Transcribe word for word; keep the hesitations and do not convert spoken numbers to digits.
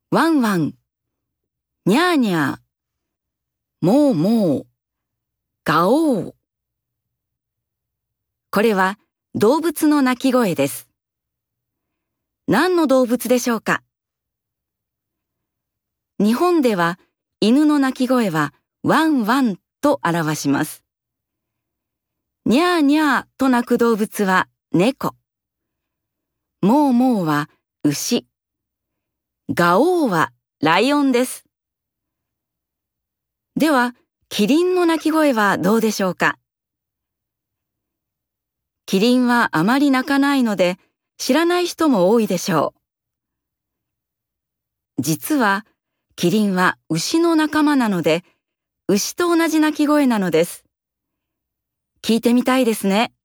ワンワン、ニャーニャー、モーモー、ガオー。これは動物の鳴き声です。何の動物でしょうか？日本では犬の鳴き声はワンワンと表します。ニャーニャーと鳴く動物は猫。モーモーは牛。ガオーはライオンです。では、キリンの鳴き声はどうでしょうか？キリンはあまり鳴かないので、知らない人も多いでしょう。実は、キリンは牛の仲間なので、牛と同じ鳴き声なのです。聞いてみたいですね。